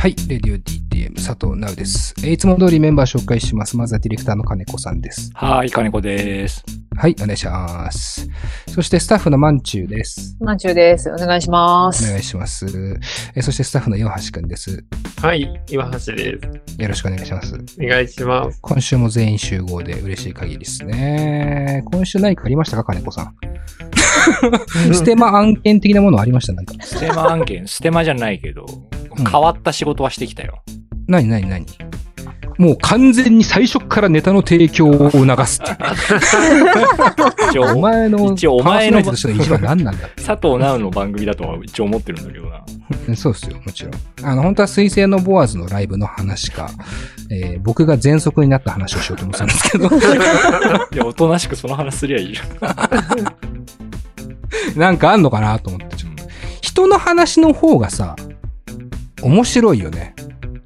はい、レディオ DTM 佐藤直です。いつも通りメンバー紹介します。まずはディレクターの金子さんです。 はい、金子です。 はい、お願いします。そしてスタッフのまんちゅうです。 まんちゅうです。お願いします。 お願いします。そしてスタッフの岩橋くんです。 はい、岩橋です。 よろしくお願いします。 お願いします。 今週も全員集合で嬉しい限りですね。今週何かありましたか、金子さん。ステマ案件的なものありました？なんか。 ステマ案件、ステマじゃないけど、変わった仕事はしてきたよ。 何もう完全に最初からネタの提供を促すって。お前のパーソナリティとしての一番何なんだって。 佐藤直の番組だとは一応思ってるんだけどな。 そうですよ、もちろん。本当は水星のボアーズのライブの話か、僕が喘息になった話をしようと思ってたんですけど。 いや、おとなしくその話すりゃいいじゃん。なんかあんのかなと思って、ちょっと。人の話の方がさ、面白いよね。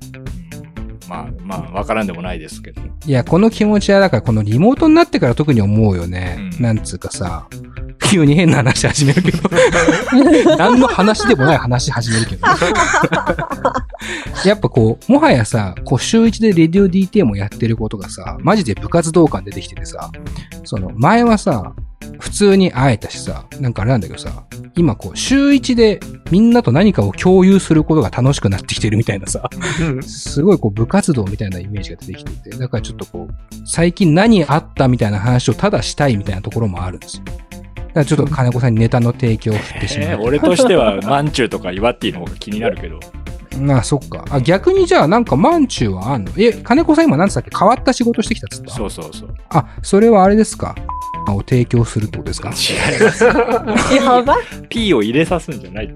まあ、わからんでもないですけど。 いや、この気持ちは、だからこのリモートになってから特に思うよね。なんつうかさ、急に変な話始めるけど。何の話でもない話始めるけど。やっぱこう、もはやさ、週一でレディオ DTM をやってることがさ、マジで部活動感出てきててさ、前はさ、普通に会えたしさ、なんかあれなんだけどさ、今週一でみんなと何かを共有することが楽しくなってきてるみたいなさ、すごい部活動みたいなイメージが出てきてて、だからちょっと最近何あったみたいな話をただしたいみたいなところもあるんですよ。だからちょっと金子さんにネタの提供を振ってしまう。 俺としては、まんちゅうとか岩っていうのが気になるけど。 そっか。逆にじゃあなんかまんちゅうはあんの？金子さん今何つったっけ？変わった仕事してきたっつった？ そう。 それはあれですか？を提供するってことですか？ 違います。 やばい。 P を入れさすんじゃないって。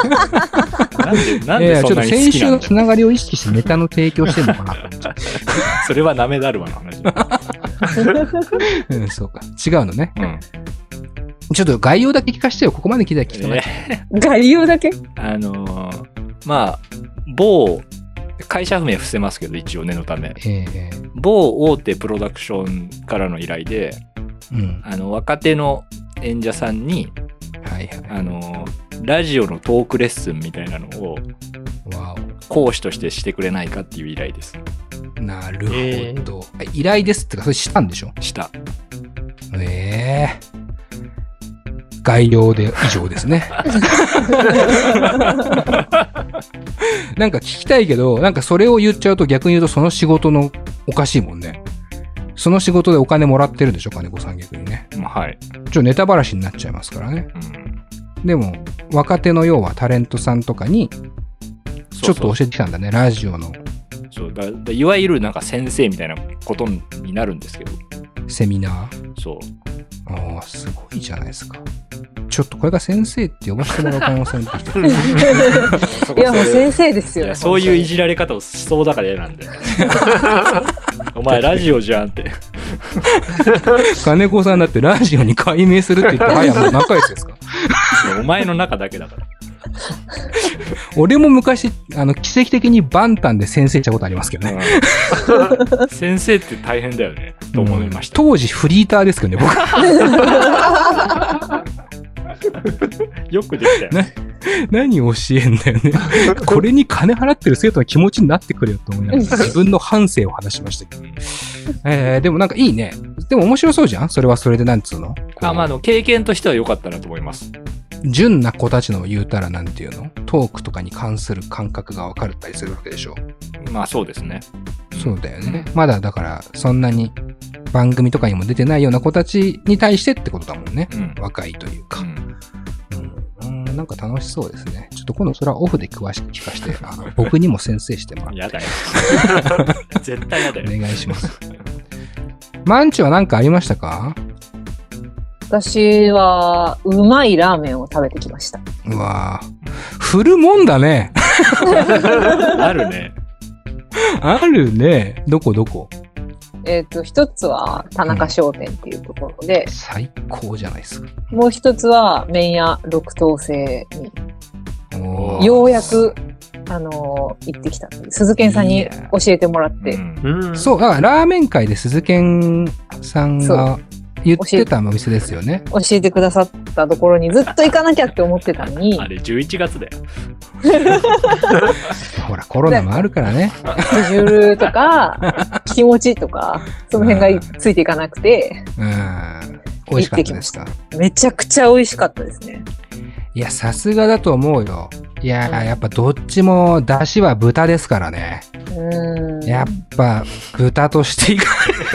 なんでそんなに好きなんだよ。 でちょっと先週のつながりを意識してネタの提供してんのかなと思っちゃう。 それはなめだるわの話。 そうか。違うのね。ちょっと概要だけ聞かせてよ。ここまで聞いたら聞かない。 概要だけ？ まあ、某、会社不明伏せますけど、一応念のため。某大手プロダクションからの依頼で、若手の演者さんに、ラジオのトークレッスンみたいなのを、講師としてしてくれないかっていう依頼です。 なるほど。依頼ですってか、それしたんでしょ？ した。 概要で以上ですね。なんか聞きたいけど、なんかそれを言っちゃうと逆に言うとその仕事のおかしいもんね。その仕事でお金もらってるんでしょ、金子さん逆にね。 はい。 ネタばらしになっちゃいますからね。でも、若手の要はタレントさんとかに、ちょっと教えてきたんだね、ラジオの。 そうだいわゆるなんか先生みたいなことになるんですけど。 セミナー？ そう。 すごいじゃないですか。ちょっとこれが先生って呼ばせてもらう可能性が出てきてる。 いやもう先生ですよ。 いやそういういじられ方をしそうだから嫌なんだよ。お前ラジオじゃんって。 金子さんだってラジオに改名するって言って早もう仲良しですか？ お前の中だけだから。 俺も昔奇跡的にバンタンで先生したことありますけどね。 先生って大変だよねと思いました。 当時フリーターですけどね僕。 よくできたよね。 何教えんだよね。これに金払ってる生徒の気持ちになってくれよと思いながら自分の反省を話しましたけど。でもなんかいいね。でも面白そうじゃん？それはそれでなんつうの？ 経験としては良かったなと思います。 純な子たちの言うたらなんていうの？トークとかに関する感覚が分かったりするわけでしょ？ まあそうですね。 そうだよね。まだだからそんなに番組とかにも出てないような子たちに対してってことだもんね。若いというか。なんか楽しそうですね。ちょっと今度それはオフで詳しく聞かせて、僕にも先生してもらって。 やだよ。絶対やだよ。 お願いします。マンチは何かありましたか？ 私は、うまいラーメンを食べてきました。 うわぁ。振るもんだね。 あるね。 あるね。どこ？ 一つは田中商店っていうところで、 最高じゃないですか。 もう一つは麺屋六等星に、ようやく、行ってきた。鈴賢さんに教えてもらって。 そう、ラーメン界で鈴賢さんが、 言ってたお店ですよね。 教えてくださったところにずっと行かなきゃって思ってたのに。 あれ11月だよ。 ほら、コロナもあるからね。 スケジュールとか、気持ちとか、その辺がついていかなくて。 美味しかったですか？ めちゃくちゃ美味しかったですね。 いや、さすがだと思うよ。いや、やっぱどっちも出汁は豚ですからね。やっぱ豚としていか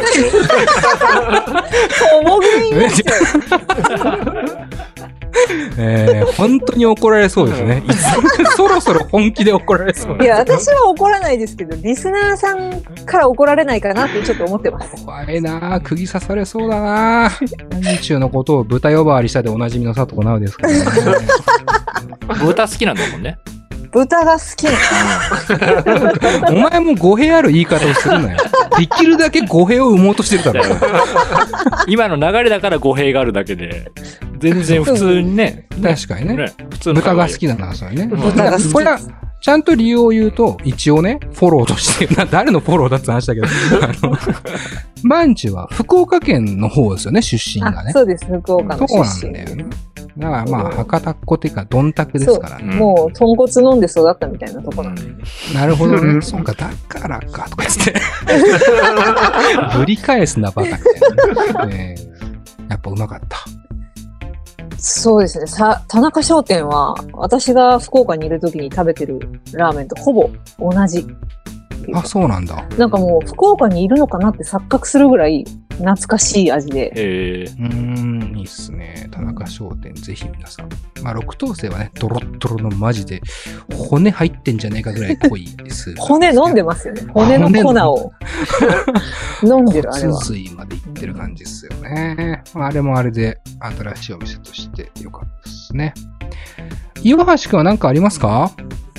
ない。本当に怒られそうですね。そろそろ本気で怒られそう。 いや、私は怒らないですけど、リスナーさんから怒られないかなってちょっと思ってます。 怖いなぁ。釘刺されそうだなぁ。何中のことを豚呼ばわりしたでおなじみの佐藤直ですからね。 豚好きなんだもんね。 豚が好きなの。お前も語弊ある言い方をするなよ。できるだけ語弊を生もうとしてるだろ。 今の流れだから語弊があるだけで、全然普通にね。 確かにね。 普通の豚が好きだな、それね。 豚が好き。 これはちゃんと理由を言うと、一応ね、フォローとして、誰のフォローだって話だけど、マンチは福岡県の方ですよね、出身がね。 そうです、福岡の出身。 そうなんだよね。だからまあ、博多っ子っていうか、どんたくですからね。 もう、豚骨飲んで育ったみたいなとこなんで。 なるほどね。そうか、だからか、とか言って。ぶり返すな、バカみたいな。やっぱうまかった。 そうですね。田中商店は、私が福岡にいる時に食べてるラーメンとほぼ同じ。 あ、そうなんだ。 なんかもう、福岡にいるのかなって錯覚するぐらい懐かしい味で。 いいっすね。田中商店、ぜひ皆さん。まあ、六等星はね、ドロッドロのマジで、骨入ってんじゃねえかぐらい濃いです。 骨飲んでますよね。骨の粉を飲んでる、あれは。 骨髄までいってる感じですよね。あれもあれで、新しいお店としてよかったですね。岩橋くんは何かありますか？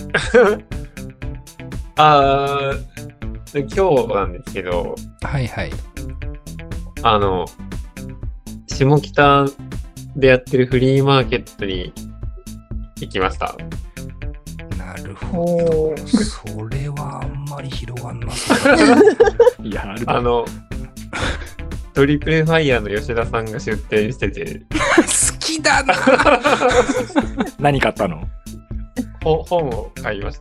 今日なんですけど、 はいはい。 下北でやってるフリーマーケットに行きました。 なるほど。それはあんまり広がんなさいや、 トリプルファイヤーの吉田さんが出店してて。 好きだな何買ったの？ 本を買いました。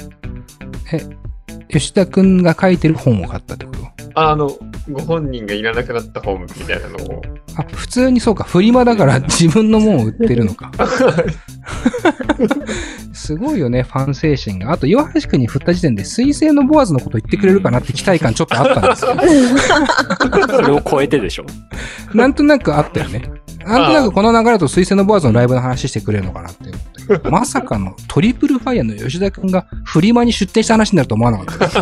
吉田くんが書いてる本を買ったってこと？ ご本人がいらなくなった本みたいなのを。 普通にそうか、フリマだから自分のもんを売ってるのか。すごいよね、ファン精神が。あと、岩橋くんに振った時点で、水星のボアズのこと言ってくれるかなって期待感ちょっとあったんですよ。 それを超えてでしょ？ なんとなくあったよね。なんとなくこの流れだと水星のボアズのライブの話してくれるのかなって思って。まさかのトリプルファイヤーの吉田くんがフリマに出店した話になると思わなかった。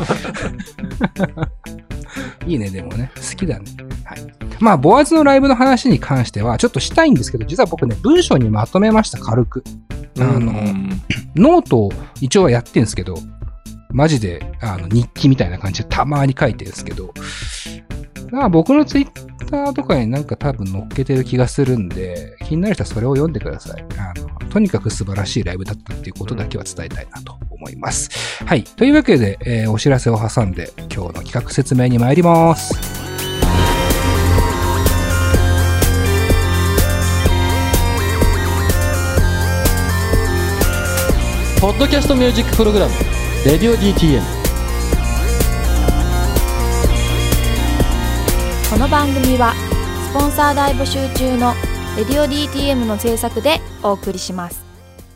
いいね、でもね。好きだね。はい。まあ、ボアズのライブの話に関しては、ちょっとしたいんですけど、実は僕ね、文章にまとめました、軽く。ノートを一応はやってんですけど、マジで、日記みたいな感じでたまに書いてるんですけど、僕のツイッターとかになんか多分載っけてる気がするんで、気になる人はそれを読んでください。とにかく素晴らしいライブだったっていうことだけは伝えたいなと思います。はい。というわけで、お知らせを挟んで今日の企画説明に参ります。 ポッドキャストミュージックプログラムレディオ DTM。 この番組はスポンサー大募集中のレディオ DTM の制作でお送りします。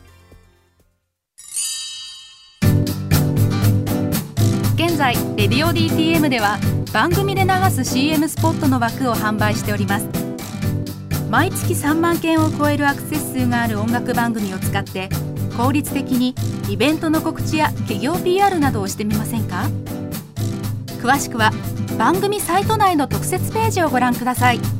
現在レディオ DTM では番組で流す CM スポットの枠を販売しております。毎月3万件を超えるアクセス数がある音楽番組を使って効率的にイベントの告知や企業 PR などをしてみませんか？詳しくは番組サイト内の特設ページをご覧ください。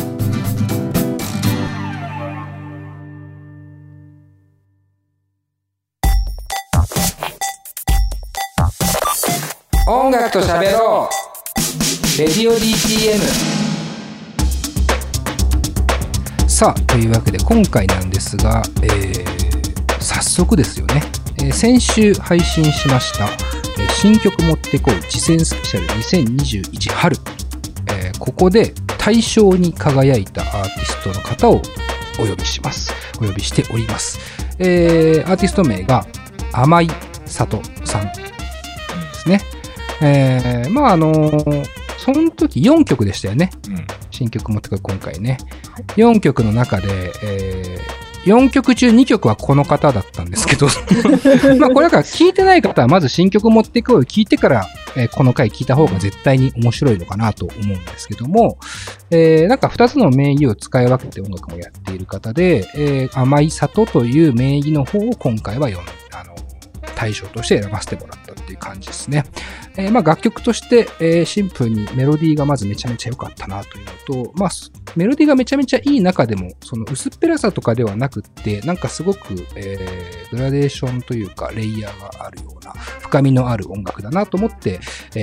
音楽と喋ろうレディオ DTM。 さあ、というわけで今回なんですが、早速ですよね、先週配信しました、新曲持ってこい次戦スペシャル2021春、ここで大賞に輝いたアーティストの方をお呼びしております。アーティスト名が甘井里さんですね。その時4曲でしたよね。新曲持ってくる今回ね。4曲の中で、4曲中2曲はこの方だったんですけど、まあこれだから聞いてない方はまず新曲持っていくを聞いてから、この回聞いた方が絶対に面白いのかなと思うんですけども、なんか2つの名義を使い分けて音楽もやっている方で、甘い里という名義の方を今回は対象として選ばせてもらったっていう感じですね。楽曲として、シンプルにメロディーがまずめちゃめちゃ良かったなというのと、メロディーがめちゃめちゃいい中でも、その薄っぺらさとかではなくって、なんかすごく、グラデーションというか、レイヤーがあるような、深みのある音楽だなと思って、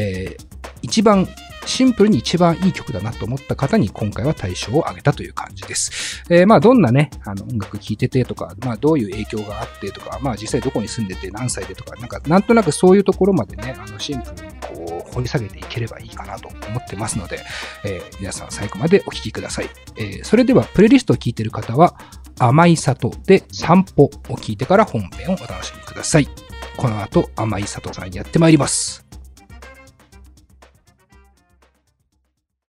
シンプルに一番いい曲だなと思った方に今回は大賞をあげたという感じです。どんなね、音楽聴いててとか、どういう影響があってとか、実際どこに住んでて何歳でとか、なんとなくそういうところまでね、シンプルに掘り下げていければいいかなと思ってますので、皆さん最後までお聴きください。それでは、プレイリストを聴いている方は、甘い里で散歩を聴いてから本編をお楽しみください。この後、甘い里さんにやってまいります。